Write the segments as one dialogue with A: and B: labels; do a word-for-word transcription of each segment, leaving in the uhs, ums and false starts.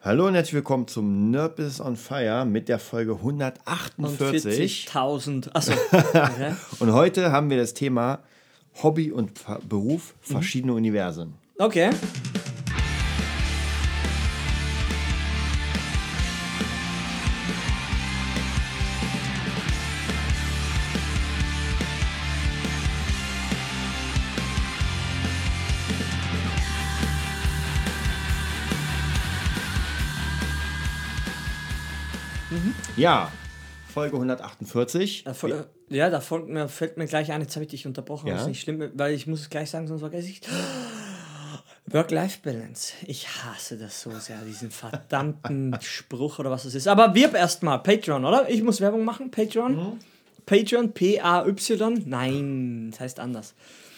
A: Hallo und herzlich willkommen zum Nerd Business on Fire mit der Folge hundertachtundvierzig.
B: vierzigtausend. Achso. Okay.
A: Und heute haben wir das Thema Hobby und Beruf, verschiedene mhm. Universen.
B: Okay.
A: Ja, Folge hundertachtundvierzig.
B: Da, ja, da folgt mir, fällt mir gleich ein, jetzt habe ich dich unterbrochen, ja? Das ist nicht schlimm, weil ich muss es gleich sagen, sonst vergesse ich. Work-Life-Balance. Ich hasse das so sehr, diesen verdammten Spruch oder was das ist. Aber wirb erstmal, Patreon, oder? Ich muss Werbung machen, Patreon. Mhm. Patreon, P A Y. Nein, das heißt anders.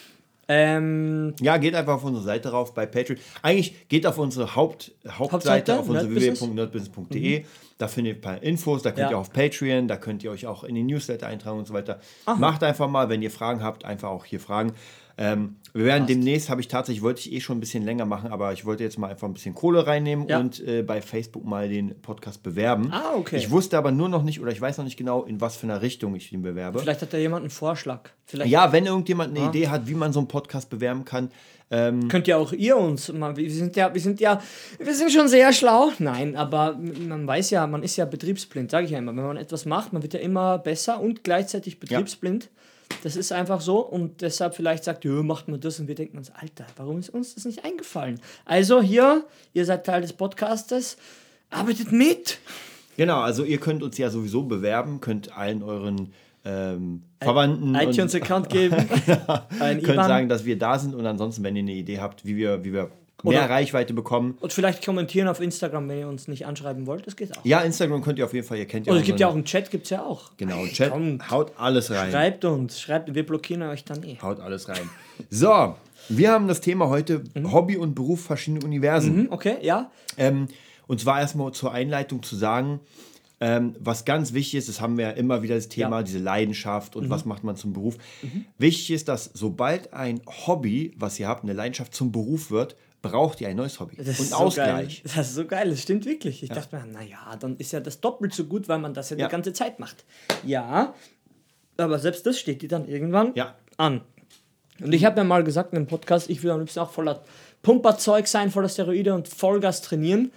B: Ähm,
A: ja, geht einfach auf unsere Seite rauf bei Patreon. Eigentlich geht auf unsere Haupt, Hauptseite, Hauptseite auf unsere w w w punkt nerdbusiness punkt d e. Mhm. Da findet ihr ein paar Infos, da könnt ja. ihr auch auf Patreon, da könnt ihr euch auch in die Newsletter eintragen und so weiter. Aha. Macht einfach mal, wenn ihr Fragen habt, einfach auch hier fragen. Ähm, wir werden Passt. demnächst, habe ich tatsächlich, wollte ich eh schon ein bisschen länger machen, aber ich wollte jetzt mal einfach ein bisschen Kohle reinnehmen ja. und äh, bei Facebook mal den Podcast bewerben.
B: Ah, okay.
A: Ich wusste aber nur noch nicht, oder ich weiß noch nicht genau, in was für einer Richtung ich den bewerbe.
B: Vielleicht hat da jemand einen Vorschlag. Vielleicht
A: ja, wenn irgendjemand eine ah. Idee hat, wie man so einen Podcast bewerben kann. Ähm,
B: Könnt ihr auch ihr uns mal, wir sind ja, wir sind ja, wir sind schon sehr schlau. Nein, aber man weiß ja, man ist ja betriebsblind, sage ich ja immer. Wenn man etwas macht, man wird ja immer besser und gleichzeitig betriebsblind. Ja. Das ist einfach so und deshalb vielleicht sagt, ja, macht man das und wir denken uns, Alter, warum ist uns das nicht eingefallen? Also hier, ihr seid Teil des Podcastes, arbeitet mit.
A: Genau, also ihr könnt uns ja sowieso bewerben, könnt allen euren ähm, Verwandten
B: iTunes-Account geben.
A: Genau, könnt I B A N sagen, dass wir da sind und ansonsten, wenn ihr eine Idee habt, wie wir, wie wir mehr Oder Reichweite bekommen.
B: Und vielleicht kommentieren auf Instagram, wenn ihr uns nicht anschreiben wollt, das geht auch.
A: Ja, Instagram könnt ihr auf jeden Fall, ihr kennt ja
B: auch. Oder es gibt ja auch einen Chat, gibt es ja auch.
A: Genau, hey, Chat, kommt, haut alles rein.
B: Schreibt uns, schreibt, wir blockieren euch dann eh.
A: Haut alles rein. So, wir haben das Thema heute mhm. Hobby und Beruf, verschiedene Universen.
B: Mhm, okay, ja.
A: Ähm, und zwar erstmal zur Einleitung zu sagen, Ähm, was ganz wichtig ist, das haben wir ja immer wieder das Thema, ja. diese Leidenschaft und mhm. was macht man zum Beruf. Mhm. Wichtig ist, dass sobald ein Hobby, was ihr habt, eine Leidenschaft zum Beruf wird, braucht ihr ein neues Hobby
B: das
A: und
B: so
A: Ausgleich.
B: Geil. Das ist so geil, das stimmt wirklich. Ich ja. dachte mir, naja, dann ist ja das doppelt so gut, weil man das ja, ja. die ganze Zeit macht. Ja, aber selbst das steht dir dann irgendwann
A: ja.
B: an. Und ich habe ja mal gesagt in einem Podcast, ich will am liebsten auch voller Pumperzeug sein, voller Steroide und Vollgas trainieren.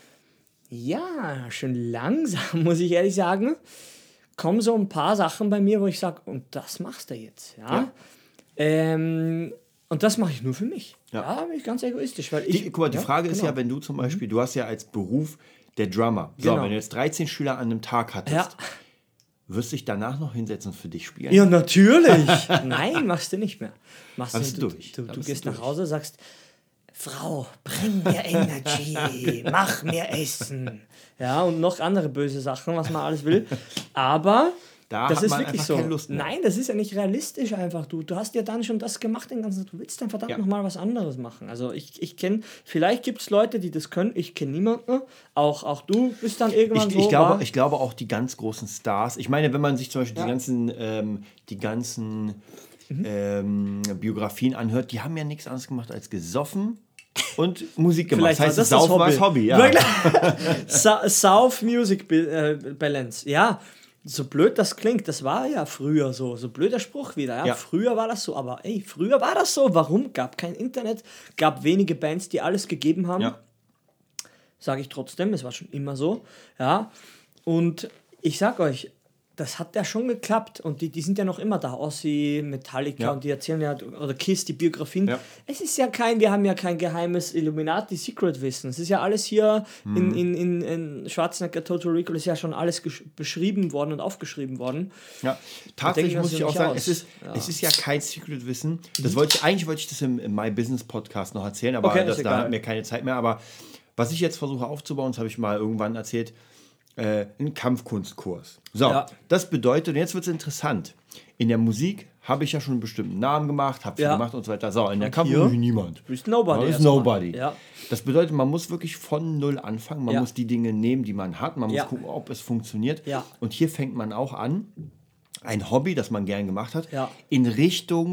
B: Ja, schon langsam, muss ich ehrlich sagen, kommen so ein paar Sachen bei mir, wo ich sage, und das machst du jetzt. Ja? Ja. Ähm, und das mache ich nur für mich. Ja, ja bin ich ganz egoistisch. Weil ich,
A: die, guck mal, die
B: ja,
A: Frage
B: genau.
A: ist ja, wenn du zum Beispiel, du hast ja als Beruf der Drummer. So, genau. Wenn du jetzt dreizehn Schüler an einem Tag hattest, ja. wirst du dich danach noch hinsetzen und für dich spielen?
B: Ja, natürlich. Nein, machst du nicht mehr. Machst
A: du,
B: du
A: durch.
B: Du, du, du gehst nach Hause, sagst, Frau, bring mir Energy, mach mir Essen. Ja, und noch andere böse Sachen, was man alles will. Aber
A: da
B: das
A: hat
B: ist
A: man
B: wirklich
A: einfach
B: so.
A: Keine Lust mehr.
B: Nein, das ist ja nicht realistisch einfach. Du, du hast ja dann schon das gemacht den ganzen Tag. Du willst dann verdammt ja. nochmal was anderes machen. Also ich, ich kenne, vielleicht gibt es Leute, die das können. Ich kenne niemanden. Auch, auch du bist dann irgendwann
A: ich,
B: so.
A: Ich glaube, ich glaube auch die ganz großen Stars. Ich meine, wenn man sich zum Beispiel ja. die ganzen, ähm, die ganzen mhm. ähm, Biografien anhört, die haben ja nichts anderes gemacht als gesoffen und Musik gemacht.
B: Vielleicht das heißt, das Saufen war das Hobby. Ja. Sauf Music Balance. Ja, so blöd das klingt, das war ja früher so. So blöder Spruch wieder. Ja? Ja. Früher war das so, aber ey, früher war das so. Warum? Gab kein Internet, gab wenige Bands, die alles gegeben haben. Ja. Sage ich trotzdem, es war schon immer so. Ja, und ich sag euch, das hat ja schon geklappt und die, die sind ja noch immer da, Ozzy, Metallica ja. und die erzählen ja, oder Kiss, die Biografien. Ja. Es ist ja kein, wir haben ja kein geheimes Illuminati-Secret-Wissen. Es ist ja alles hier mhm. in, in, in, in Schwarzenegger, Total Recall ist ja schon alles gesch- beschrieben worden und aufgeschrieben worden.
A: Ja, tatsächlich muss ich auch sagen, es ist, ja. es ist ja kein Secret-Wissen. Das wollte ich, eigentlich wollte ich das im, im My Business Podcast noch erzählen, aber
B: okay,
A: das, da hat mir keine Zeit mehr. Aber was ich jetzt versuche aufzubauen, das habe ich mal irgendwann erzählt, Äh, ein Kampfkunstkurs. So, ja. das bedeutet, und jetzt wird es interessant, in der Musik habe ich ja schon einen bestimmten Namen gemacht, habe viel ja. gemacht und so weiter. So, in der Kampfkunst niemand.
B: Du bist Nobody.
A: Du bist Nobody. Ja. Das bedeutet, man muss wirklich von Null anfangen, man ja. muss die Dinge nehmen, die man hat, man ja. muss gucken, ob es funktioniert. Ja. Und hier fängt man auch an, ein Hobby, das man gern gemacht hat, ja. in Richtung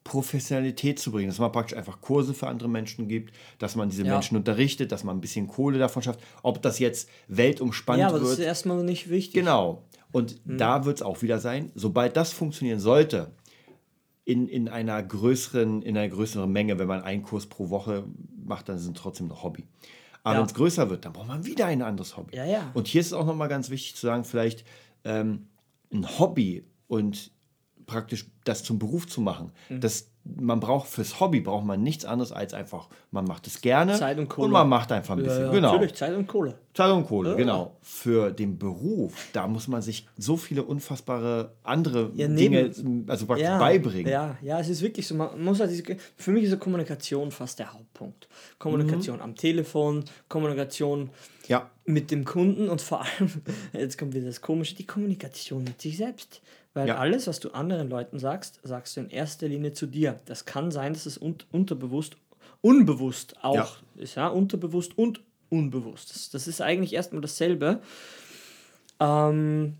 A: Professionalität zu bringen, dass man praktisch einfach Kurse für andere Menschen gibt, dass man diese ja. Menschen unterrichtet, dass man ein bisschen Kohle davon schafft, ob das jetzt weltumspannend wird. Ja, aber
B: wird, das ist erstmal nicht wichtig.
A: Genau. Und hm. da wird es auch wieder sein, sobald das funktionieren sollte, in, in einer größeren, in einer größeren Menge, wenn man einen Kurs pro Woche macht, dann ist es trotzdem noch Hobby. Aber ja. wenn es größer wird, dann braucht man wieder ein anderes Hobby.
B: Ja, ja.
A: Und hier ist es auch nochmal ganz wichtig zu sagen, vielleicht ähm, ein Hobby und praktisch das zum Beruf zu machen. Mhm. Das, man braucht fürs Hobby braucht man nichts anderes als einfach, man macht es gerne
B: Zeit und Kohle.
A: Und man macht einfach ein bisschen.
B: Ja, ja,
A: genau.
B: Natürlich, Zeit und Kohle.
A: Zeit und Kohle,
B: ja.
A: genau. Für den Beruf, da muss man sich so viele unfassbare andere
B: ja,
A: Dinge also praktisch
B: ja,
A: beibringen.
B: Ja, ja, es ist wirklich so, man muss halt diese, für mich ist so Kommunikation fast der Hauptpunkt. Kommunikation mhm. am Telefon, Kommunikation
A: ja.
B: mit dem Kunden und vor allem, jetzt kommt wieder das Komische, die Kommunikation mit sich selbst. Weil ja. alles, was du anderen Leuten sagst, sagst du in erster Linie zu dir. Das kann sein, dass es un- unterbewusst, unbewusst auch ja. ist. Ja? Unterbewusst und unbewusst. Das, das ist eigentlich erstmal dasselbe. Ähm,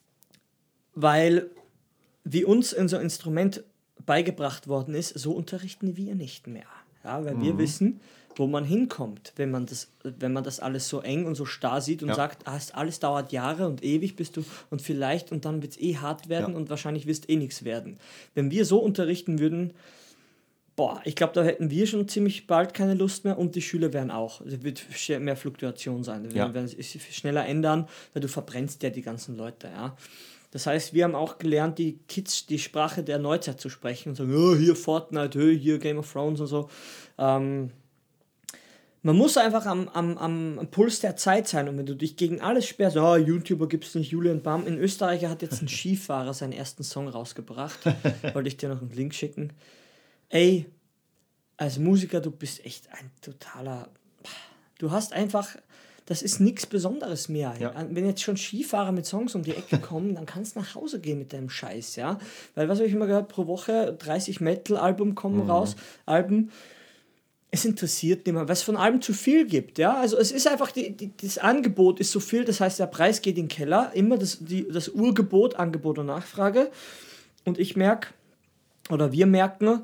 B: weil wie uns unser Instrument beigebracht worden ist, so unterrichten wir nicht mehr. Ja? Weil mhm. wir wissen, wo man hinkommt, wenn man das, wenn man das alles so eng und so starr sieht und ja. sagt, ah, alles dauert Jahre und ewig bist du und vielleicht und dann wird es eh hart werden ja. und wahrscheinlich wirst eh nichts werden. Wenn wir so unterrichten würden, boah, ich glaube, da hätten wir schon ziemlich bald keine Lust mehr und die Schüler werden auch. Es wird mehr Fluktuation sein, wir ja. werden es schneller ändern, weil du verbrennst ja die ganzen Leute, ja. Das heißt, wir haben auch gelernt, die Kids die Sprache der Neuzeit zu sprechen und sagen, oh, hier Fortnite, oh, hier Game of Thrones und so. Ähm, Man muss einfach am, am, am Puls der Zeit sein und wenn du dich gegen alles sperrst, oh, YouTuber gibt es nicht, Julian Bam. In Österreich hat jetzt ein Skifahrer seinen ersten Song rausgebracht. Wollte ich dir noch einen Link schicken. Ey, als Musiker, du bist echt ein totaler... Du hast einfach... Das ist nichts Besonderes mehr. Ja. Wenn jetzt schon Skifahrer mit Songs um die Ecke kommen, dann kannst du nach Hause gehen mit deinem Scheiß, ja. Weil, was habe ich immer gehört, pro Woche dreißig Metal-Alben kommen mhm. raus, Alben... Es interessiert niemand, weil es von allem zu viel gibt. Ja? Also es ist einfach, die, die, das Angebot ist so viel, das heißt, der Preis geht in den Keller. Immer das, die, das Urgebot, Angebot und Nachfrage. Und ich merke, oder wir merken,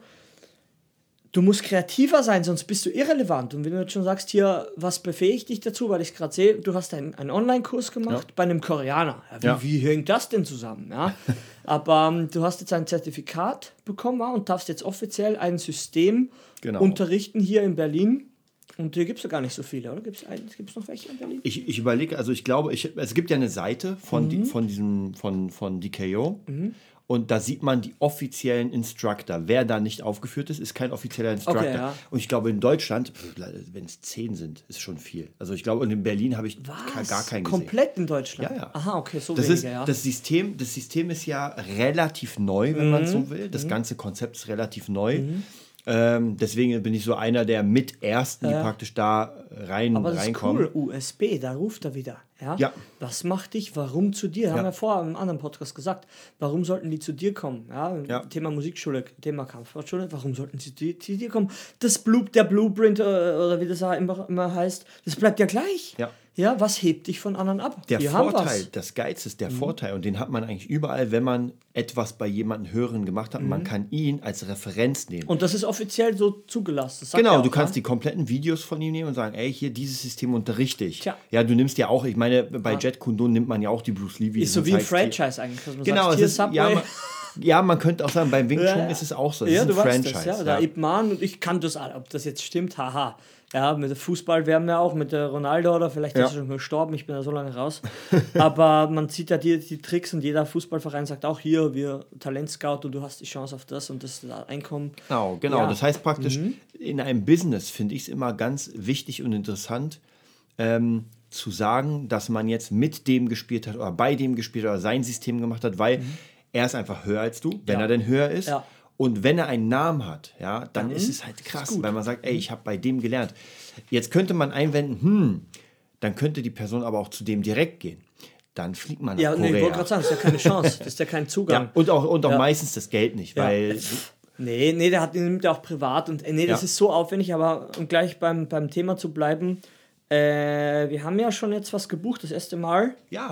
B: du musst kreativer sein, sonst bist du irrelevant. Und wenn du jetzt schon sagst, hier, was befähigt dich dazu, weil ich es gerade sehe, du hast einen, einen Online-Kurs gemacht ja. bei einem Koreaner. Ja, wie, ja. wie hängt das denn zusammen? Ja? Aber ähm, du hast jetzt ein Zertifikat bekommen und darfst jetzt offiziell ein System genau. unterrichten hier in Berlin. Und hier gibt es ja gar nicht so viele, oder? Gibt es noch welche in Berlin?
A: Ich, ich überlege, also ich glaube, ich, es gibt ja eine Seite von, mhm. die, von, diesem, von, von D K O. Mhm. Und da sieht man die offiziellen Instructor. Wer da nicht aufgeführt ist, ist kein offizieller Instructor. Okay, ja. Und ich glaube, in Deutschland, wenn es zehn sind, ist schon viel. Also ich glaube, und in Berlin habe ich
B: Was?
A: gar keinen gesehen.
B: Komplett in Deutschland?
A: Ja, ja.
B: Aha, okay, so
A: das
B: weniger,
A: ist,
B: ja.
A: Das System, das System ist ja relativ neu, wenn mhm. man so will. Das mhm. ganze Konzept ist relativ neu. Mhm. Ähm, deswegen bin ich so einer der mit Ersten, die ja. praktisch da rein,
B: Aber das
A: reinkommen.
B: ist cool, U S B, da ruft er wieder. Ja?
A: ja.
B: Was macht dich, warum zu dir? Ja. Haben wir vorher im anderen Podcast gesagt. Warum sollten die zu dir kommen? Ja? Ja. Thema Musikschule, Thema Kampfsportschule. Warum sollten sie zu, zu dir kommen? Das Blue, der Blueprint, oder wie das immer, immer heißt, das bleibt ja gleich.
A: Ja.
B: Ja, was hebt dich von anderen ab?
A: Der Wir Vorteil, das Geiz ist der mhm. Vorteil und den hat man eigentlich überall, wenn man etwas bei jemandem Höheren gemacht hat. Mhm. Man kann ihn als Referenz nehmen.
B: Und das ist offiziell so zugelassen.
A: Genau, auch, du kannst ja? die kompletten Videos von ihm nehmen und sagen, ey, hier, dieses System unterrichte ich. Tja. Ja, du nimmst ja auch, ich meine, bei ja. Jet Kune-Do nimmt man ja auch die Bruce Lee-Videos.
B: Ist so wie ein Franchise eigentlich. Dass man
A: genau,
B: sagt,
A: es ist, ja, man, ja, man könnte auch sagen, beim Wing Chun ja, ist es auch so. Es
B: ja,
A: ist
B: du
A: ein
B: weißt
A: Franchise.
B: Das, ja. Oder ja. Ip Man und ich kann das, ob das jetzt stimmt, haha. Ja, mit dem Fußball wären wir auch, mit der Ronaldo oder vielleicht ja. ist er schon gestorben, ich bin ja so lange raus. Aber man sieht ja die, die Tricks und jeder Fußballverein sagt auch hier, wir Talentscout und du hast die Chance auf das und das Einkommen.
A: Genau, genau. Ja. Das heißt praktisch, mhm. in einem Business finde ich es immer ganz wichtig und interessant, ähm, zu sagen, dass man jetzt mit dem gespielt hat oder bei dem gespielt hat oder sein System gemacht hat, weil mhm. er ist einfach höher als du, wenn ja. er denn höher ist. Ja. Und wenn er einen Namen hat, ja, dann mhm. ist es halt krass, weil man sagt, ey, ich habe bei dem gelernt. Jetzt könnte man einwenden, hm, dann könnte die Person aber auch zu dem direkt gehen. Dann fliegt man nach
B: ja,
A: Korea.
B: Ja, nee, ich wollte gerade sagen, das ist ja keine Chance, das ist ja kein Zugang.
A: Ja, und auch, und auch
B: ja.
A: meistens das Geld nicht,
B: ja.
A: weil...
B: Nee, nee, der hat, den nimmt ja auch privat und nee, das ja. ist so aufwendig, aber um gleich beim, beim Thema zu bleiben, äh, wir haben ja schon jetzt was gebucht, das erste Mal.
A: Ja.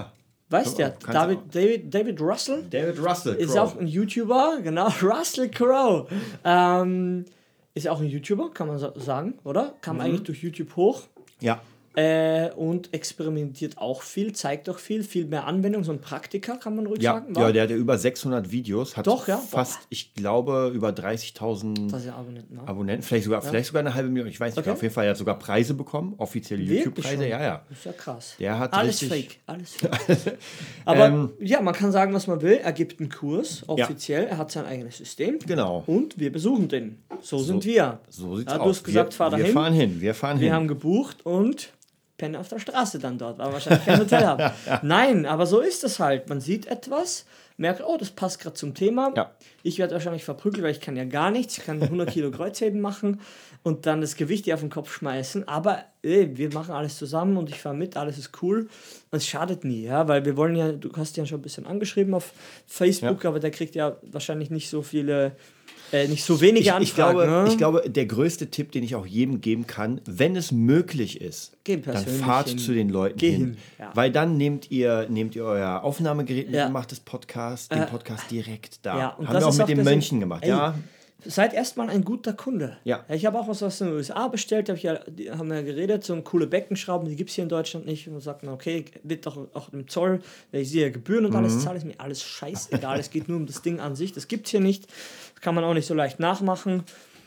B: Weißt du, ja, David, David, David Russell?
A: David Russell Crowe.
B: Ist auch ein YouTuber, genau, Russell Crowe. Ähm, ist auch ein YouTuber, kann man sagen, oder? Kam mhm. eigentlich durch YouTube hoch.
A: Ja.
B: Äh, und experimentiert auch viel, zeigt auch viel, viel mehr Anwendungs- und Praktika, kann man ruhig
A: ja,
B: sagen.
A: War? Ja, der hat ja über sechshundert Videos, hat
B: Doch, ja?
A: fast, Boah. ich glaube, über dreißigtausend
B: ja Abonnenten, ne?
A: Abonnenten, vielleicht sogar, ja. vielleicht sogar eine halbe Million, ich weiß nicht, okay. Auf jeden Fall, er hat sogar Preise bekommen, offizielle YouTube-Preise, ja, ja.
B: Das ist ja krass.
A: Der hat
B: alles
A: richtig,
B: fake, alles fake. Aber ähm, ja, man kann sagen, was man will, er gibt einen Kurs, offiziell, ja. er hat sein eigenes System.
A: Genau.
B: Und wir besuchen den. So, so sind wir.
A: So sieht's
B: ja,
A: aus.
B: Du hast gesagt,
A: wir,
B: fahr dahin.
A: Wir fahren hin, wir fahren
B: wir
A: hin.
B: Wir haben gebucht und pennen auf der Straße dann dort, weil wahrscheinlich kein Hotel haben. Nein, aber so ist es halt. Man sieht etwas, merkt, oh, das passt gerade zum Thema.
A: Ja.
B: Ich werde wahrscheinlich verprügelt, weil ich kann ja gar nichts. Ich kann hundert Kilo Kreuzheben machen und dann das Gewicht hier auf den Kopf schmeißen. Aber ey, wir machen alles zusammen und ich fahre mit, alles ist cool. Und es schadet nie, ja, weil wir wollen ja, du hast ja schon ein bisschen angeschrieben auf Facebook, ja. aber der kriegt ja wahrscheinlich nicht so viele... Äh, nicht so wenige Anfragen.
A: Ich, ich, glaube, ne? ich glaube, der größte Tipp, den ich auch jedem geben kann, wenn es möglich ist, dann fahrt hin. zu den Leuten Geh hin. hin. Ja. Weil dann nehmt ihr, nehmt ihr euer Aufnahmegerät mit ja. und macht das Podcast, den Podcast äh, direkt da. Ja, haben wir auch mit den Mönchen gemacht. Ey, ja.
B: Seid erstmal ein guter Kunde.
A: Ja.
B: Ich habe auch was aus den U S A bestellt, hab ich ja, die haben ja geredet, so coole Beckenschrauben, die gibt es hier in Deutschland nicht. Und sagt man, okay, wird doch auch im Zoll, ich sehe ja Gebühren und mhm. alles, zahle ich mir alles scheißegal. Es geht nur um das Ding an sich, das gibt es hier nicht. Das kann man auch nicht so leicht nachmachen.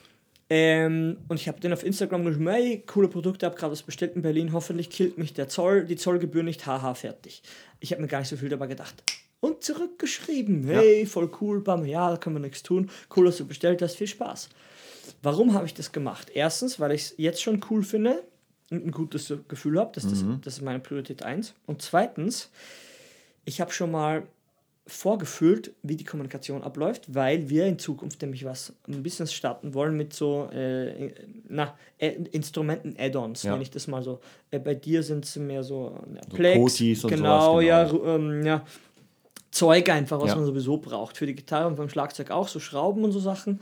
B: Ähm, und ich habe den auf Instagram geschrieben, hey, coole Produkte, habe gerade was bestellt in Berlin, hoffentlich killt mich der Zoll, die Zollgebühr nicht, haha, fertig. Ich habe mir gar nicht so viel dabei gedacht. Und zurückgeschrieben, hey, ja. voll cool, bam, ja, da können wir nichts tun, cool, dass du bestellt hast, viel Spaß. Warum habe ich das gemacht? Erstens, weil ich es jetzt schon cool finde und ein gutes Gefühl habe, dass das, mhm. das ist meine Priorität eins. Und zweitens, ich habe schon mal vorgefühlt, wie die Kommunikation abläuft, weil wir in Zukunft nämlich was, ein Business starten wollen mit so äh, na, äh, Instrumenten-Add-ons, ja. wenn ich das mal so, äh, bei dir sind es mehr so, ja, so Plex, Kotis und genau, sowas, genau, ja, ähm, ja, Zeug einfach, was ja. man sowieso braucht. Für die Gitarre und beim Schlagzeug auch, so Schrauben und so Sachen.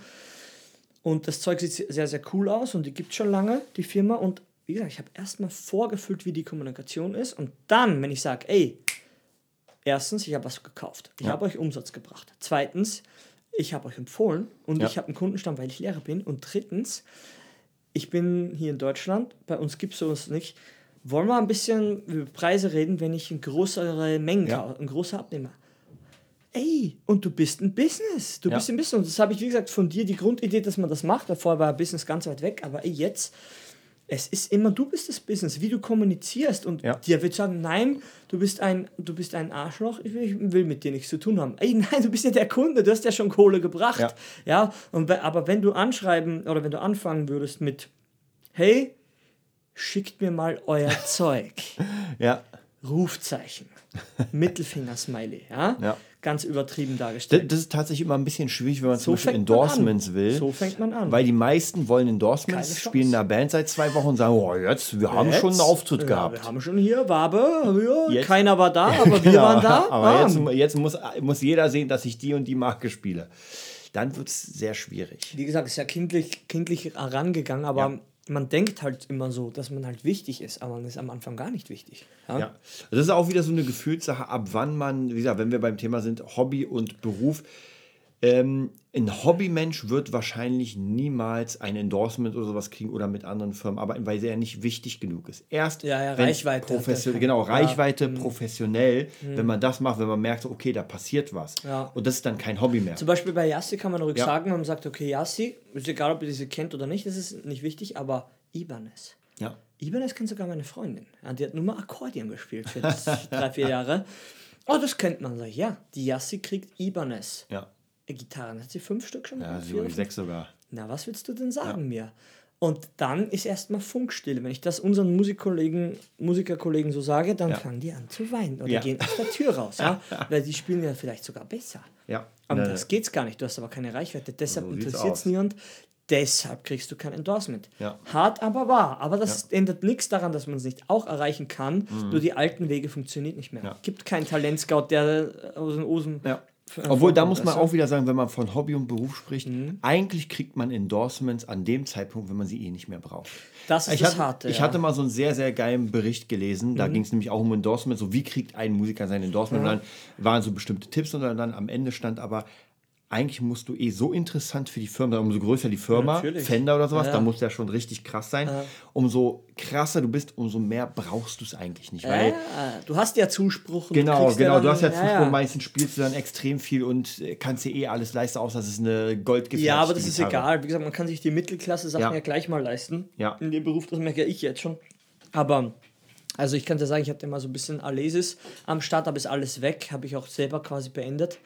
B: Und das Zeug sieht sehr, sehr cool aus und die gibt es schon lange, die Firma. Und wie gesagt, ich habe erstmal vorgefühlt, wie die Kommunikation ist. Und dann, wenn ich sage, ey, erstens, ich habe was gekauft. Ich ja. habe euch Umsatz gebracht. Zweitens, ich habe euch empfohlen und ja. ich habe einen Kundenstamm, weil ich Lehrer bin. Und drittens, ich bin hier in Deutschland, bei uns gibt es sowas nicht. Wollen wir ein bisschen über Preise reden, wenn ich eine größere Menge ja. kaufe, ein großer Abnehmer? Ey, und du bist ein Business. Du ja. bist ein Business. Und das habe ich, wie gesagt, von dir die Grundidee, dass man das macht. Davor war Business ganz weit weg. Aber ey, jetzt, es ist immer, du bist das Business, wie du kommunizierst. Und ja. dir wird sagen, nein, du bist ein, du bist ein Arschloch, ich will, ich will mit dir nichts zu tun haben. Ey, nein, du bist ja der Kunde, du hast ja schon Kohle gebracht. Ja. Ja, und, aber wenn du anschreiben oder wenn du anfangen würdest mit, hey, schickt mir mal euer Zeug.
A: Ja.
B: Rufzeichen. Mittelfinger-Smiley, ja?
A: ja.
B: Ganz übertrieben dargestellt.
A: Das ist tatsächlich immer ein bisschen schwierig, wenn man so zum Beispiel Endorsements will.
B: So fängt man an.
A: Weil die meisten wollen Endorsements, spielen in der Band seit zwei Wochen und sagen, oh, jetzt, wir haben jetzt, schon einen Auftritt ja, gehabt.
B: Wir haben schon hier, Wabe, ja, keiner war da, aber wir waren da.
A: Aber jetzt, jetzt muss, muss jeder sehen, dass ich die und die Marke spiele. Dann wird es sehr schwierig.
B: Wie gesagt, ist ja kindlich, kindlich herangegangen, aber ja. man denkt halt immer so, dass man halt wichtig ist, aber man ist am Anfang gar nicht wichtig. Ja?
A: Ja. Das ist auch wieder so eine Gefühlssache, ab wann man, wie gesagt, wenn wir beim Thema sind, Hobby und Beruf, ähm, ein Hobbymensch wird wahrscheinlich niemals ein Endorsement oder sowas kriegen oder mit anderen Firmen arbeiten, weil er ja nicht wichtig genug ist. Erst
B: ja, ja, Reichweite.
A: Profession- genau, ja. Reichweite, professionell, mhm. wenn man das macht, wenn man merkt, okay, da passiert was.
B: Ja.
A: Und das ist dann kein Hobby mehr.
B: Zum Beispiel bei Yassi kann man ruhig
A: ja.
B: sagen, man sagt, okay, Yassi, ist egal, ob ihr diese kennt oder nicht, das ist nicht wichtig, aber Ibanez.
A: Ja.
B: Ibanez kennt sogar meine Freundin. Die hat nur mal Akkordeon gespielt für drei, vier Jahre. Oh, das kennt man. Sag ich, ja, die Yassi kriegt Ibanez.
A: Ja.
B: Gitarren. Hat sie fünf Stück schon?
A: Ja, sie hat sechs sogar.
B: Na, was willst du denn sagen ja. mir? Und dann ist erstmal Funkstille. Wenn ich das unseren Musikkollegen, Musikerkollegen so sage, dann ja. fangen die an zu weinen oder ja. gehen aus der Tür raus. Ja? Weil die spielen ja vielleicht sogar besser.
A: Ja.
B: Aber das geht's gar nicht. Du hast aber keine Reichweite. Deshalb so interessiert es niemand. Deshalb kriegst du kein Endorsement.
A: Ja.
B: Hart, aber wahr. Aber das ja. ändert nichts daran, dass man es nicht auch erreichen kann. Mhm. Nur die alten Wege funktionieren nicht mehr. Es ja. gibt keinen Talentscout, der aus dem Osen...
A: Ja. Obwohl, da muss man auch wieder sagen, wenn man von Hobby und Beruf spricht, mhm. eigentlich kriegt man Endorsements an dem Zeitpunkt, wenn man sie eh nicht mehr braucht.
B: Das ist
A: ich
B: das
A: hatte,
B: Harte,
A: Ich
B: ja.
A: hatte mal so einen sehr, sehr geilen Bericht gelesen, da mhm. ging es nämlich auch um Endorsements, so wie kriegt ein Musiker sein Endorsement, mhm. und dann waren so bestimmte Tipps und dann am Ende stand aber, eigentlich musst du eh so interessant für die Firma sein, umso größer die Firma, ja, Fender oder sowas, ja, ja. da muss der schon richtig krass sein. Ja. Umso krasser du bist, umso mehr brauchst du es eigentlich nicht. Weil,
B: ja, du hast ja Zuspruch.
A: Genau, genau, dann, du hast ja Zuspruch, ja, ja. meistens spielst du dann extrem viel und kannst dir eh alles leisten, außer dass es eine goldgefertigte
B: Ja, aber das ist
A: Gitarre.
B: egal. Wie gesagt, man kann sich die Mittelklasse-Sachen ja. ja gleich mal leisten.
A: Ja.
B: In dem Beruf, das merke ich jetzt schon. Aber, also ich kann dir sagen, ich hatte mal so ein bisschen Alesis am Start, aber ist alles weg, habe ich auch selber quasi beendet.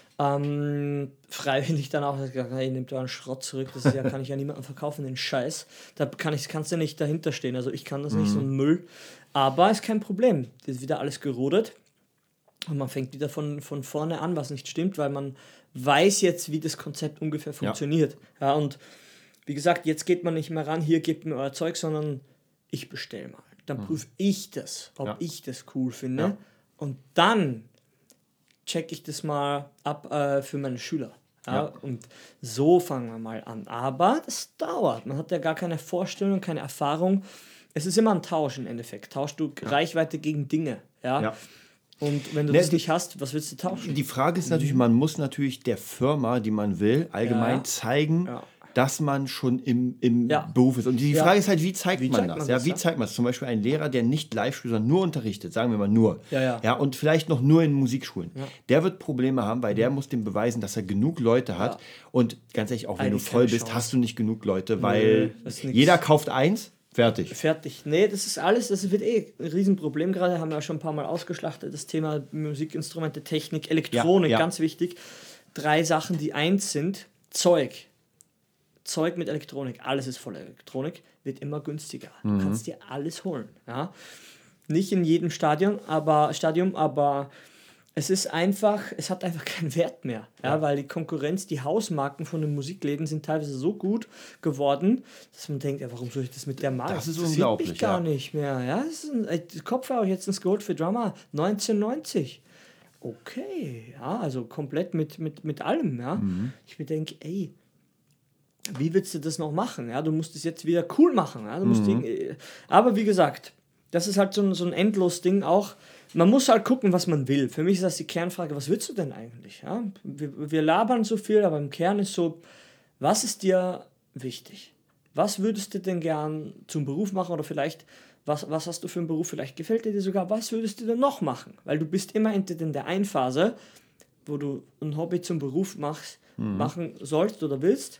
B: Ähm, freiwillig dann auch, ich nehme da einen Schrott zurück, das ist ja, kann ich ja niemandem verkaufen, den Scheiß. Da kann ich, kannst du nicht dahinter stehen, also ich kann das mhm. nicht, so ein Müll. Aber ist kein Problem, das ist wieder alles gerodert und man fängt wieder von, von vorne an, was nicht stimmt, weil man weiß jetzt, wie das Konzept ungefähr funktioniert. Ja, ja, und wie gesagt, jetzt geht man nicht mehr ran, hier gebt mir euer Zeug, sondern ich bestelle mal. Dann mhm. prüfe ich das, ob ja. ich das cool finde ja. und dann check ich das mal ab äh, für meine Schüler. Ja? Ja. Und so fangen wir mal an. Aber das dauert. Man hat ja gar keine Vorstellung, keine Erfahrung. Es ist immer ein Tausch im Endeffekt. Tauschst du ja. Reichweite gegen Dinge. Ja? Ja. Und wenn du ne, das nicht hast, was willst du tauschen?
A: Die Frage ist natürlich, man muss natürlich der Firma, die man will, allgemein ja. zeigen, ja. dass man schon im, im ja. Beruf ist. Und die Frage ja. ist halt, wie zeigt wie man zeigt das? Man ja, das? Wie ja? zeigt man das? Zum Beispiel ein Lehrer, der nicht live spielt, sondern nur unterrichtet, sagen wir mal nur.
B: Ja, ja.
A: Ja, und vielleicht noch nur in Musikschulen. Ja. Der wird Probleme haben, weil der muss dem beweisen, dass er genug Leute hat. Ja. Und ganz ehrlich, auch wenn Eigentlich du voll bist, Chance. hast du nicht genug Leute, weil nee, jeder kauft eins. Fertig.
B: Fertig. Nee, das ist alles, das wird eh ein Riesenproblem gerade, haben wir ja schon ein paar Mal ausgeschlachtet, das Thema Musikinstrumente, Technik, Elektronik, ja, ja. ganz wichtig. Drei Sachen, die eins sind, Zeug. Zeug mit Elektronik, alles ist voller Elektronik, wird immer günstiger. Mhm. Du kannst dir alles holen. Ja? Nicht in jedem Stadion, aber, Stadium, aber es ist einfach, es hat einfach keinen Wert mehr, ja, ja, weil die Konkurrenz, die Hausmarken von den Musikläden sind teilweise so gut geworden, dass man denkt, ja, warum soll ich das mit der Marke?
A: Das ist
B: das
A: unglaublich,
B: mich gar
A: ja.
B: nicht mehr. Ja, das ist ein Kopfhörer, jetzt ein Gold für Drummer, neunzehnhundertneunzig. Okay, ja, also komplett mit, mit, mit allem, ja. Mhm. Ich mir denke, ey, wie willst du das noch machen? Ja, du musst es jetzt wieder cool machen. Ja? Du musst mhm. die, aber wie gesagt, das ist halt so ein, so ein endlos Ding auch. Man muss halt gucken, was man will. Für mich ist das die Kernfrage, was willst du denn eigentlich? Ja? Wir, wir labern so viel, aber im Kern ist so, was ist dir wichtig? Was würdest du denn gern zum Beruf machen oder vielleicht, was, was hast du für einen Beruf? Vielleicht gefällt dir sogar, was würdest du denn noch machen? Weil du bist immer entweder in der einen Phase, wo du ein Hobby zum Beruf machst, mhm. machen sollst oder willst,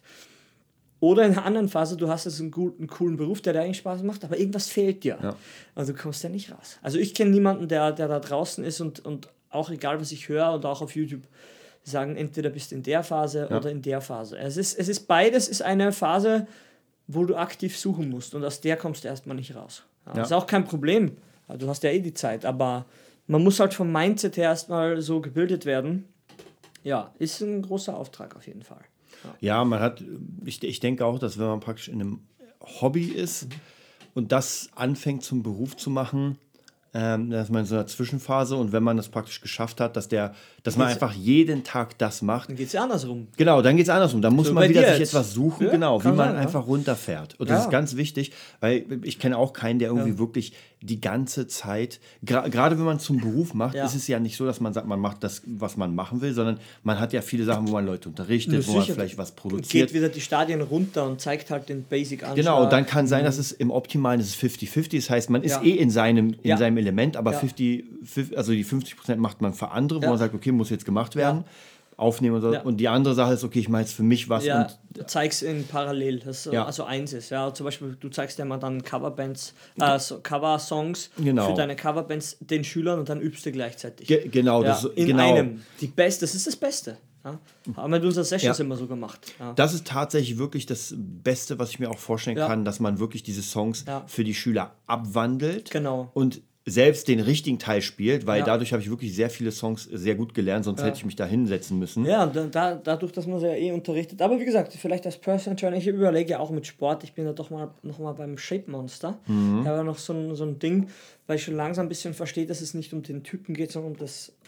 B: oder in der anderen Phase, du hast jetzt einen guten, coolen Beruf, der dir eigentlich Spaß macht, aber irgendwas fehlt dir. Ja. Also du kommst ja nicht raus. Also ich kenne niemanden, der, der da draußen ist und, und auch egal, was ich höre und auch auf YouTube sagen, entweder bist du in der Phase ja. oder in der Phase. Es ist, es ist beides ist eine Phase, wo du aktiv suchen musst und aus der kommst du erstmal nicht raus. Ja, ja. Das ist auch kein Problem. Du hast ja eh die Zeit, aber man muss halt vom Mindset her erstmal so gebildet werden. Ja, ist ein großer Auftrag auf jeden Fall.
A: Ja, man hat, ich, ich denke auch, dass wenn man praktisch in einem Hobby ist mhm. und das anfängt zum Beruf zu machen, ähm, dass man in so einer Zwischenphase und wenn man das praktisch geschafft hat, dass der, dass man einfach jeden Tag das macht.
B: Dann geht es ja andersrum.
A: Genau, dann geht es andersrum. Da muss so man wieder sich jetzt was suchen, ja, genau, wie man sein, einfach ja. runterfährt. Und das ja. ist ganz wichtig, weil ich kenne auch keinen, der irgendwie ja. wirklich die ganze Zeit, gra- gerade wenn man zum Beruf macht, ja. ist es ja nicht so, dass man sagt, man macht das, was man machen will, sondern man hat ja viele Sachen, wo man Leute unterrichtet, ja, wo man vielleicht was produziert.
B: Geht wieder die Stadien runter und zeigt halt den Basic-Anschlag.
A: Genau, dann kann sein, dass es im Optimalen ist fünfzig fünfzig, das heißt, man ist ja. eh in seinem, in ja. seinem Element, aber ja. fünfzig, also die fünfzig Prozent macht man für andere, wo ja. man sagt, okay, muss jetzt gemacht werden. Ja. Aufnehmen und so. Ja. Und die andere Sache ist, okay, ich mache jetzt für mich was.
B: Ja,
A: und
B: du zeigst in parallel, das ja. also eins ist. Ja, zum Beispiel, du zeigst ja mal dann Coverbands, äh, so Cover-Songs genau. für deine Coverbands den Schülern und dann übst du gleichzeitig.
A: Ge- genau.
B: Ja,
A: das,
B: in
A: genau.
B: einem. Die Beste, das ist das Beste. Ja. Haben wir in unseren Sessions ja. immer so gemacht. Ja.
A: Das ist tatsächlich wirklich das Beste, was ich mir auch vorstellen ja. kann, dass man wirklich diese Songs ja. für die Schüler abwandelt.
B: Genau.
A: Und selbst den richtigen Teil spielt, weil ja. dadurch habe ich wirklich sehr viele Songs sehr gut gelernt, sonst ja. hätte ich mich da hinsetzen müssen.
B: Ja, da, da, dadurch, dass man sie ja eh unterrichtet. Aber wie gesagt, vielleicht als Personal Trainer, ich überlege ja auch mit Sport, ich bin ja doch mal noch mal beim Shape Monster. Mhm. Da war noch so ein, so ein Ding, weil ich schon langsam ein bisschen verstehe, dass es nicht um den Typen geht, sondern um das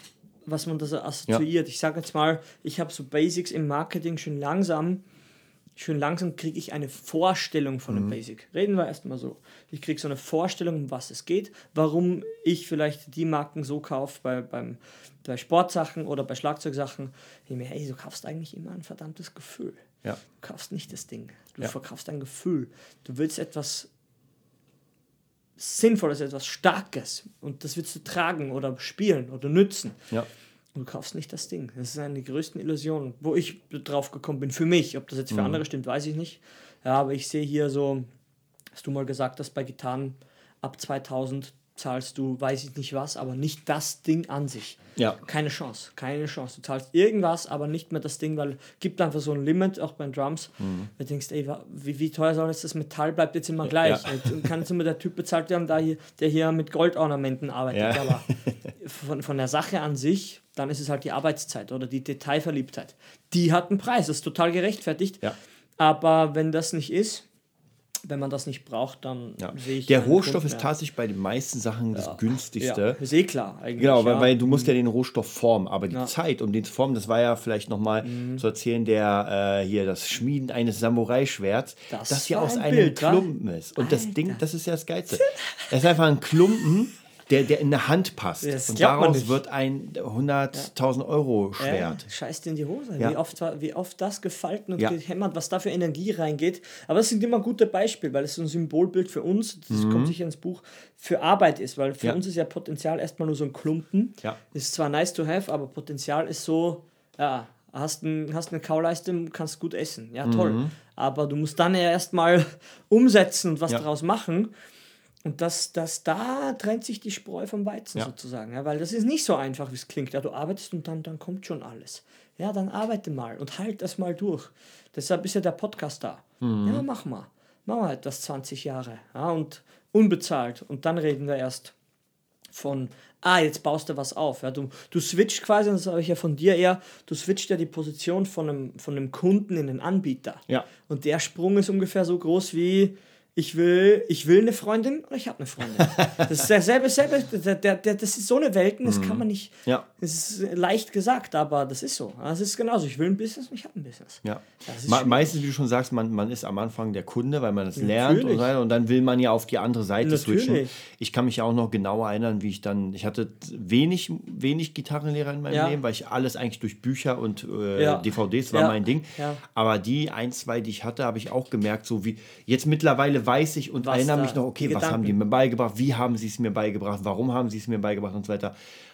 B: was man da so assoziiert. Ja. Ich sage jetzt mal, ich habe so Basics im Marketing schon langsam, schön langsam kriege ich eine Vorstellung von einem mhm. Basic. Reden wir erstmal so. Ich kriege so eine Vorstellung, um was es geht, warum ich vielleicht die Marken so kaufe bei, beim, bei Sportsachen oder bei Schlagzeugsachen. Ich mir, hey, du kaufst eigentlich immer ein verdammtes Gefühl.
A: Ja.
B: Du kaufst nicht das Ding. Du
A: ja.
B: verkaufst ein Gefühl. Du willst etwas Sinnvolles, etwas Starkes und das willst du tragen oder spielen oder nützen.
A: Ja.
B: Und du kaufst nicht das Ding. Das ist eine der größten Illusionen, wo ich drauf gekommen bin, für mich. Ob das jetzt für mhm. andere stimmt, weiß ich nicht. Ja, aber ich sehe hier so, hast du mal gesagt, dass bei Gitarren ab zweitausend zahlst du, weiß ich nicht was, aber nicht das Ding an sich.
A: Ja.
B: Keine Chance, keine Chance. Du zahlst irgendwas, aber nicht mehr das Ding, weil es gibt einfach so ein Limit, auch bei den Drums. Mhm. Du denkst, ey, wie, wie teuer soll jetzt das Metall, bleibt jetzt immer gleich. Ja. Jetzt kann jetzt immer der Typ bezahlt werden, da hier, der hier mit Goldornamenten arbeitet. Ja. Aber von, von der Sache an sich, dann ist es halt die Arbeitszeit oder die Detailverliebtheit. Die hat einen Preis, das ist total gerechtfertigt.
A: Ja.
B: Aber wenn das nicht ist, wenn man das nicht braucht, dann
A: ja.
B: sehe ich...
A: Der Rohstoff ist tatsächlich bei den meisten Sachen das ja. günstigste.
B: Ja, ist eh klar eigentlich.
A: Genau, weil,
B: ja.
A: weil du musst ja den Rohstoff formen, aber die ja. Zeit, um den zu formen, das war ja vielleicht nochmal mhm. zu erzählen, der äh, hier das Schmieden eines Samurai-Schwerts, das, das ja aus ein einem Bild, Klumpen wa? ist. Und Alter. das Ding, das ist ja das Geilste. Es ist einfach ein Klumpen, der, der in der Hand passt. Das und daraus wird ein hunderttausend ja. Euro Schwert.
B: Äh, scheißt in die Hose.
A: Ja.
B: Wie, oft, wie oft das gefalten und
A: ja.
B: gehämmert, was da für Energie reingeht. Aber das sind immer gute Beispiele, weil es so ein Symbolbild für uns, das mhm. kommt sicher ins Buch, für Arbeit ist. Weil für ja. uns ist ja Potenzial erstmal nur so ein Klumpen.
A: Ja.
B: Ist zwar nice to have, aber Potenzial ist so, ja, hast, ein, hast eine Kauleiste, kannst gut essen. Ja, toll. Mhm. Aber du musst dann ja erstmal umsetzen und was ja. daraus machen. Und das, das, da trennt sich die Spreu vom Weizen ja. sozusagen, ja, weil das ist nicht so einfach, wie es klingt. Ja, du arbeitest und dann, dann kommt schon alles. Ja, dann arbeite mal und halt das mal durch. Deshalb ist ja der Podcast da. Mhm. Ja, mach mal. Mach mal halt das zwanzig Jahre. Ja, und unbezahlt. Und dann reden wir erst von, ah, jetzt baust du was auf. Ja, du, du switcht quasi, das habe ich ja von dir eher, du switcht ja die Position von einem, von einem Kunden in den Anbieter.
A: Ja.
B: Und der Sprung ist ungefähr so groß wie, Ich will, ich will eine Freundin oder ich habe eine Freundin. Das ist derselbe, selbe, der, der, der, das ist so eine Welten, das kann man nicht,
A: ja.
B: das ist leicht gesagt, aber das ist so. Das ist genauso, ich will ein Business und ich habe ein Business.
A: Ja. Me- meistens, wie du schon sagst, man, man ist am Anfang der Kunde, weil man das lernt und, und dann will man ja auf die andere Seite
B: Natürlich.
A: switchen. Ich kann mich ja auch noch genau erinnern, wie ich dann, ich hatte wenig, wenig Gitarrenlehrer in meinem
B: ja.
A: Leben, weil ich alles eigentlich durch Bücher und äh,
B: ja.
A: D V Ds war
B: ja.
A: mein Ding.
B: Ja.
A: Aber die ein, zwei, die ich hatte, habe ich auch gemerkt, so wie, jetzt mittlerweile weiß ich und was erinnere mich noch, okay, was haben die mir beigebracht, wie haben sie es mir beigebracht, warum haben sie es mir beigebracht und so weiter.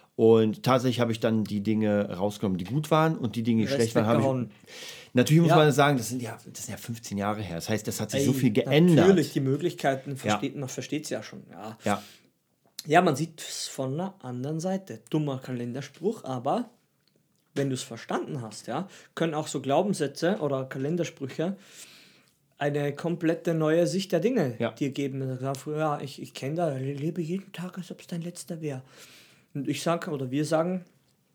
A: Und tatsächlich habe ich dann die Dinge rausgenommen, die gut waren und die Dinge, die schlecht waren, habe ich... Natürlich muss ja. man sagen, das sind, ja, das sind ja fünfzehn Jahre her. Das heißt, das hat sich Ey, so viel geändert.
B: Natürlich, die Möglichkeiten, versteht, ja. man versteht es ja schon. Ja.
A: Ja.
B: ja, man sieht es von einer anderen Seite. Dummer Kalenderspruch, aber wenn du es verstanden hast, ja, können auch so Glaubenssätze oder Kalendersprüche eine komplette neue Sicht der Dinge
A: ja.
B: dir geben. Ja, ich, ich kenne da, lebe jeden Tag, als ob es dein letzter wäre. Und ich sage, oder wir sagen,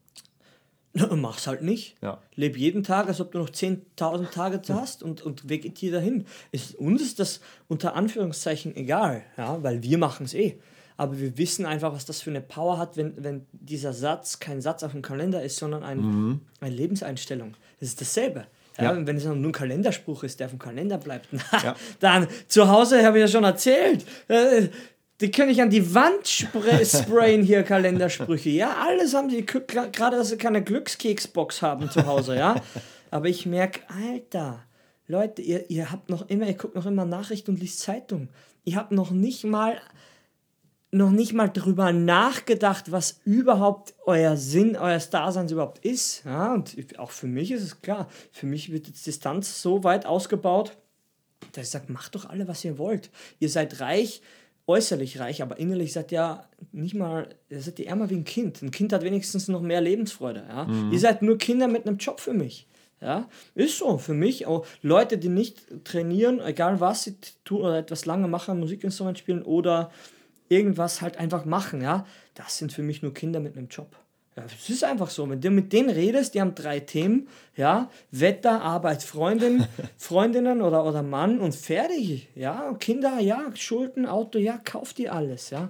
B: mach's halt nicht.
A: Ja.
B: Lebe jeden Tag, als ob du noch zehntausend Tage hast und, und vegetier dahin. Ist, uns ist das unter Anführungszeichen egal, ja, weil wir machen es eh. Aber wir wissen einfach, was das für eine Power hat, wenn, wenn dieser Satz kein Satz auf dem Kalender ist, sondern ein,
A: mhm.
B: eine Lebenseinstellung. Das ist dasselbe. Ja,
A: ja.
B: Wenn es nur ein Kalenderspruch ist, der vom Kalender bleibt,
A: ja.
B: dann zu Hause, habe ich ja schon erzählt, äh, die können ich an die Wand spray- sprayen hier, Kalendersprüche. Ja, alles haben sie, gerade dass sie keine Glückskeksbox haben zu Hause, ja. Aber ich merke, Alter, Leute, ihr, ihr habt noch immer, ihr guckt noch immer Nachrichten und liest Zeitung. Ihr habt noch nicht mal noch nicht mal drüber nachgedacht, was überhaupt euer Sinn, eures Daseins überhaupt ist. Ja, und auch für mich ist es klar, für mich wird jetzt Distanz so weit ausgebaut, dass ich sage, macht doch alle, was ihr wollt. Ihr seid reich, äußerlich reich, aber innerlich seid ihr nicht mal, ihr seid ihr ärmer wie ein Kind. Ein Kind hat wenigstens noch mehr Lebensfreude. Ja? Mhm. Ihr seid nur Kinder mit einem Job für mich. Ja, ist so, für mich auch Leute, die nicht trainieren, egal was sie tun oder etwas lange machen, Musikinstrument spielen oder irgendwas halt einfach machen, ja, das sind für mich nur Kinder mit einem Job. Ja, es ist einfach so, wenn du mit denen redest, die haben drei Themen, ja, Wetter, Arbeit, Freundin, Freundinnen oder, oder Mann und fertig, ja, Kinder, ja, Schulden, Auto, ja, kauf dir alles, ja.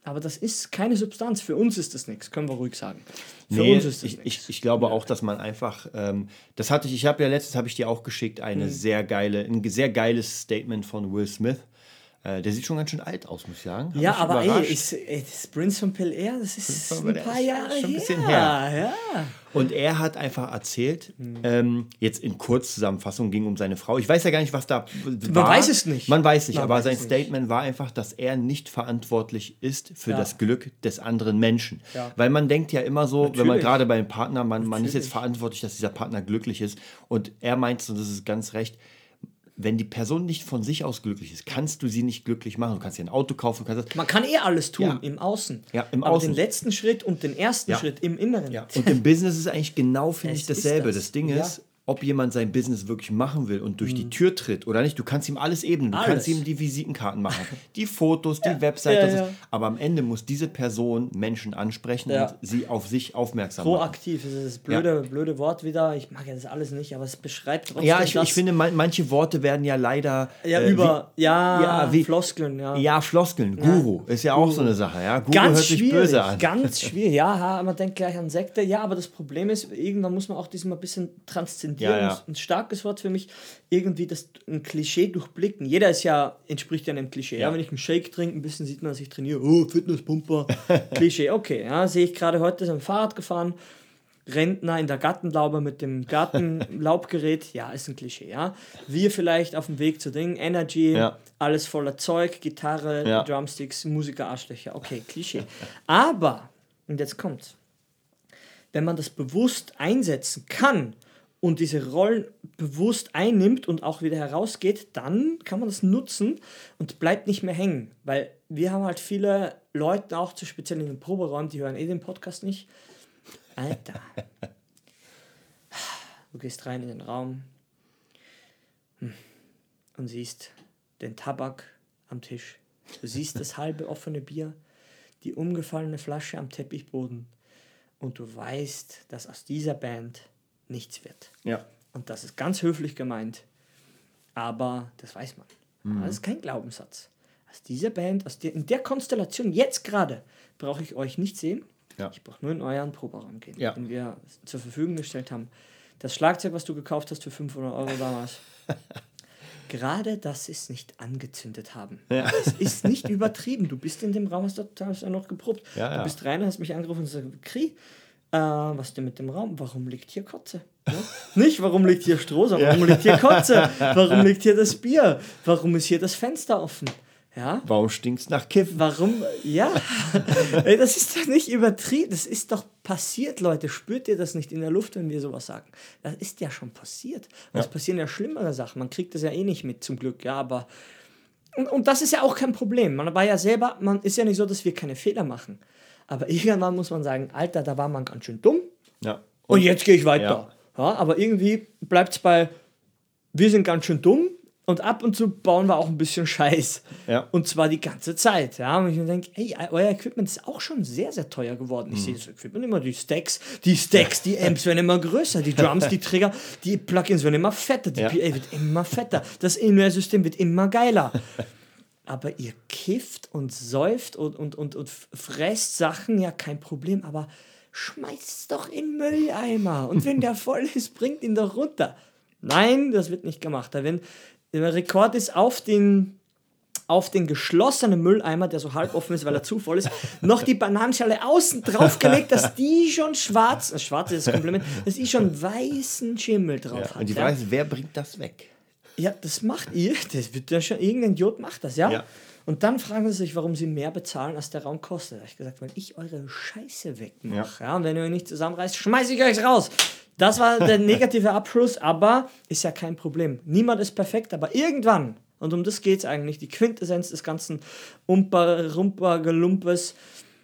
B: Aber das ist keine Substanz. Für uns ist das nichts, können wir ruhig sagen. Für
A: nee,
B: uns ist das
A: ich,
B: nichts.
A: Ich, ich glaube ja. auch, dass man einfach, ähm, das hatte ich, ich habe ja letztens, habe ich dir auch geschickt, eine mhm. sehr geile, ein sehr geiles Statement von Will Smith. Äh, der sieht schon ganz schön alt aus, muss ich sagen. Hab
B: ja, aber ey, ist, ey, das Prince von Bel-Air, das ist ein paar Jahre
A: schon ein
B: her.
A: bisschen her.
B: Ja.
A: Und er hat einfach erzählt, mhm. ähm, jetzt in Kurzzusammenfassung ging um seine Frau. Ich weiß ja gar nicht, was da
B: Man
A: war.
B: Man weiß es nicht.
A: Man weiß nicht,
B: Man
A: aber
B: weiß
A: sein Statement nicht. war einfach, dass er nicht verantwortlich ist für ja. das Glück des anderen Menschen. Ja. Weil man denkt ja immer so, Natürlich. wenn man gerade beim Partner, man, man ist jetzt verantwortlich, dass dieser Partner glücklich ist. Und er meint, und das ist ganz recht, wenn die Person nicht von sich aus glücklich ist, kannst du sie nicht glücklich machen. Du kannst dir ein Auto kaufen. Du kannst
B: Man kann eh alles tun,
A: ja.
B: im Außen.
A: Ja, im
B: Aber
A: Außen.
B: den letzten Schritt und den ersten ja. Schritt im Inneren.
A: Ja. Und im Business ist eigentlich genau, finde ich, dasselbe. Das. das Ding ja. ist, ob jemand sein Business wirklich machen will und durch mhm. die Tür tritt oder nicht, du kannst ihm alles ebnen. Du alles. kannst ihm die Visitenkarten machen, die Fotos, die ja. Webseite. Ja, ja. Aber am Ende muss diese Person Menschen ansprechen ja. und sie auf sich aufmerksam machen.
B: Proaktiv, das ist das blöde, ja. blöde Wort wieder. Ich mag ja das alles nicht, aber es beschreibt trotzdem
A: Ja, ich, ich finde, man, manche Worte werden ja leider...
B: Ja,
A: äh,
B: über...
A: Wie,
B: ja,
A: ja wie,
B: Floskeln, ja.
A: Ja, Floskeln. Guru ja. ist ja auch Guru. so eine Sache. Ja? Guru
B: ganz
A: hört sich
B: schwierig,
A: böse an.
B: Ganz schwierig. Ja, man denkt gleich an Sekte. Ja, aber das Problem ist, irgendwann muss man auch diesmal ein bisschen transzendieren.
A: Ja, ja.
B: Ein starkes Wort für mich, irgendwie das ein Klischee durchblicken. Jeder ist ja, entspricht ja einem Klischee. Ja. Ja, wenn ich einen Shake trinke, ein bisschen sieht man, dass ich trainiere. Oh, Fitnesspumper. Klischee, okay. Ja, sehe ich gerade heute, ist am Fahrrad gefahren. Rentner in der Gartenlaube mit dem Gartenlaubgerät, ja, ist ein Klischee, ja. Wir vielleicht auf dem Weg zu Dingen, Energy, ja. alles voller Zeug, Gitarre, ja. Drumsticks, Musiker, Arschlöcher, okay, Klischee. Aber, und jetzt kommt's, wenn man das bewusst einsetzen kann und diese Rollen bewusst einnimmt und auch wieder herausgeht, dann kann man das nutzen und bleibt nicht mehr hängen. Weil wir haben halt viele Leute, auch zu speziell in den Proberäumen, die hören eh den Podcast nicht. Alter. Du gehst rein in den Raum und siehst den Tabak am Tisch. Du siehst das halbe offene Bier, die umgefallene Flasche am Teppichboden und du weißt, dass aus dieser Band nichts wird.
A: Ja.
B: Und das ist ganz höflich gemeint, aber das weiß man. Mhm. Das ist kein Glaubenssatz. Aus dieser Band, aus der, in der Konstellation, jetzt gerade, brauche ich euch nicht sehen.
A: Ja.
B: Ich brauche nur in euren Proberaum gehen,
A: ja.
B: den wir zur Verfügung gestellt haben. Das Schlagzeug, was du gekauft hast für fünfhundert Euro damals, gerade das ist nicht angezündet haben.
A: Ja.
B: Es ist nicht übertrieben. Du bist in dem Raum, hast du ja noch geprobt.
A: Ja, ja.
B: Du bist rein, hast mich angerufen und gesagt, Kri, äh, was ist denn mit dem Raum? Warum liegt hier Kotze? Ja? Nicht, warum liegt hier Stroh, sondern warum liegt hier Kotze? Warum liegt hier das Bier? Warum ist hier das Fenster offen? Ja?
A: Warum stinkst nach Kiffen?
B: Warum? Ja. Ey, das ist doch nicht übertrieben. Das ist doch passiert, Leute. Spürt ihr das nicht in der Luft, wenn wir sowas sagen? Das ist ja schon passiert. Und es ja. passieren ja schlimmere Sachen. Man kriegt das ja eh nicht mit, zum Glück. Ja, aber... Und, und das ist ja auch kein Problem. Man war ja selber... Man ist ja nicht so, dass wir keine Fehler machen. Aber irgendwann muss man sagen, Alter, da war man ganz schön dumm.
A: Ja.
B: Und, und jetzt gehe ich weiter.
A: Ja.
B: Ja, aber irgendwie bleibt es bei... Wir sind ganz schön dumm. Und ab und zu bauen wir auch ein bisschen Scheiß.
A: Ja.
B: Und zwar die ganze Zeit. Ja? Und ich denke, ey, euer Equipment ist auch schon sehr, sehr teuer geworden. Ich mhm. sehe das Equipment immer, die Stacks, die Stacks, die Amps werden immer größer, die Drums, die Trigger, die Plugins werden immer fetter, die ja. P A wird immer fetter, das In-Ear-System wird immer geiler. Aber ihr kifft und säuft und, und, und, und fresst Sachen, ja, kein Problem, aber schmeißt es doch in den Mülleimer. Und wenn der voll ist, bringt ihn doch runter. Nein, das wird nicht gemacht. Da werden Der Rekord ist auf den, auf den geschlossenen Mülleimer, der so halb offen ist, weil er zu voll ist, noch die Bananenschale außen draufgelegt, dass die schon schwarz, äh, schwarz ist das Kompliment, dass die schon weißen Schimmel drauf
A: ja,
B: hat.
A: Und die
B: ja.
A: Frage ist, wer bringt das weg?
B: Ja, das macht ihr, das wird ja schon, irgendein Idiot macht das, ja?
A: ja.
B: Und dann fragen sie sich, warum sie mehr bezahlen, als der Raum kostet. Da habe ich gesagt, weil ich eure Scheiße wegmache. Ja. Ja, und wenn ihr euch nicht zusammenreißt, schmeiße ich euch raus. Das war der negative Abschluss, aber ist ja kein Problem. Niemand ist perfekt, aber irgendwann, und um das geht es eigentlich, die Quintessenz des ganzen Umper, Rumper, Gelumpes,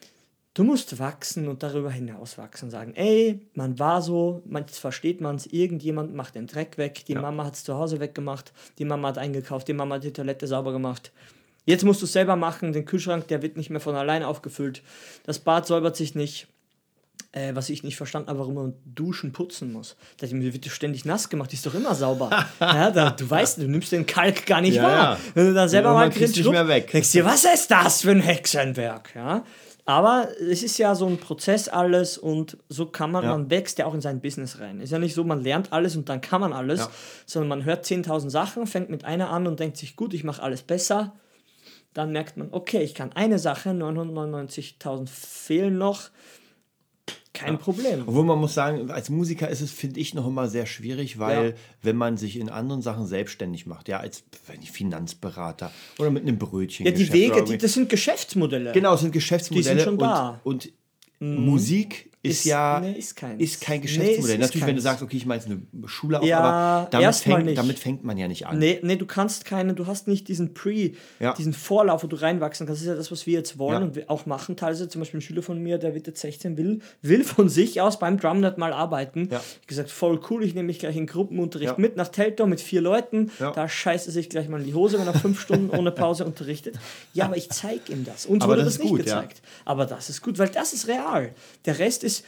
B: du musst wachsen und darüber hinaus wachsen und sagen, ey, man war so, jetzt versteht man es, irgendjemand macht den Dreck weg, die ja. Mama hat es zu Hause weggemacht, die Mama hat eingekauft, die Mama hat die Toilette sauber gemacht. Jetzt musst du es selber machen, den Kühlschrank, der wird nicht mehr von alleine aufgefüllt, das Bad säubert sich nicht. Äh, was ich nicht verstanden habe, warum man duschen, putzen muss. Da dachte ich mir, wird ständig nass gemacht, die ist doch immer sauber. ja, da, du weißt, du nimmst den Kalk gar nicht ja, wahr. Ja. Wenn du dann selber ja, mal drin schluckst, denkst du dir, was ist das für ein Hexenwerk? Ja? Aber es ist ja so ein Prozess alles und so kann man, ja. man wächst ja auch in sein Business rein. Ist ja nicht so, man lernt alles und dann kann man alles, ja. sondern man hört zehntausend Sachen, fängt mit einer an und denkt sich, gut, ich mache alles besser. Dann merkt man, okay, ich kann eine Sache, neunhundertneunundneunzigtausend fehlen noch. Kein ja. Problem.
A: Obwohl man muss sagen, als Musiker ist es, finde ich, noch immer sehr schwierig, weil ja. wenn man sich in anderen Sachen selbstständig macht, ja, als wenn ich Finanzberater oder mit einem Brötchen.
B: Ja, die Wege, die, das sind Geschäftsmodelle.
A: Genau, das sind Geschäftsmodelle.
B: Die sind schon da.
A: Und, und mhm. Musik ist, ist ja
B: nee, ist,
A: ist kein Geschäftsmodell. Nee, ist, Natürlich, ist wenn du sagst, okay, ich meine eine Schule auf,
B: ja,
A: aber damit fängt, damit fängt man ja nicht an.
B: Nee, nee, du kannst keine, du hast nicht diesen Pre, ja. diesen Vorlauf, wo du reinwachsen kannst. Das ist ja das, was wir jetzt wollen ja. und wir auch machen. Teilweise zum Beispiel ein Schüler von mir, der wird jetzt sechzehn, will, will von sich aus beim Drumnet mal arbeiten. Ja. Ich habe gesagt, voll cool, ich nehme mich gleich in Gruppenunterricht ja. mit nach Teltow mit vier Leuten. Ja. Da scheißt er sich gleich mal in die Hose, wenn er fünf Stunden ohne Pause unterrichtet. Ja, aber ich zeige ihm das. Uns aber wurde das, das nicht gut, gezeigt. Ja. Aber das ist gut, weil das ist real. Der Rest ist...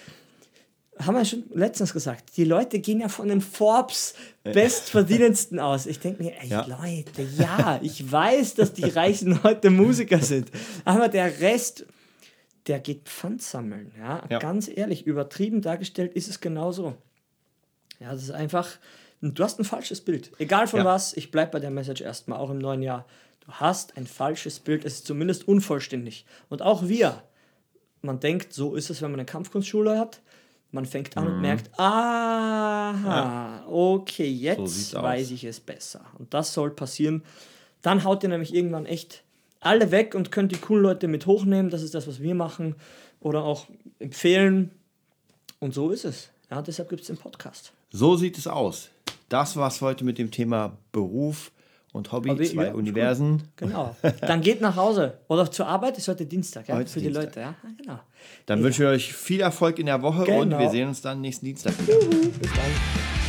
B: Haben wir schon letztens gesagt, die Leute gehen ja von den Forbes bestverdienendsten aus. Ich denke mir, ey ja. Leute, ja, ich weiß, dass die reichen Leute Musiker sind, aber der Rest, der geht Pfand sammeln. Ja? Ja. Ganz ehrlich, übertrieben dargestellt ist es genauso. Ja, das ist einfach, du hast ein falsches Bild. Egal von ja. was, ich bleibe bei der Message erstmal, auch im neuen Jahr. Du hast ein falsches Bild, es ist zumindest unvollständig. Und auch wir, man denkt, so ist es, wenn man eine Kampfkunstschule hat. Man fängt an mhm. und merkt, aha, ja. okay, jetzt so weiß aus. ich es besser. Und das soll passieren. Dann haut ihr nämlich irgendwann echt alle weg und könnt die coolen Leute mit hochnehmen. Das ist das, was wir machen. Oder auch empfehlen. Und so ist es. Ja, deshalb gibt es den Podcast.
A: So sieht es aus. Das war's heute mit dem Thema Beruf und Hobby, Hobby zwei ja, Universen.
B: Gut. Genau. Dann geht nach Hause. Oder zur Arbeit, ist heute Dienstag, ja, heute für Dienstag. Die Leute. Ja, genau.
A: Dann ja. wünschen wir euch viel Erfolg in der Woche genau. und wir sehen uns dann nächsten Dienstag wieder.
B: Juhu, bis dann.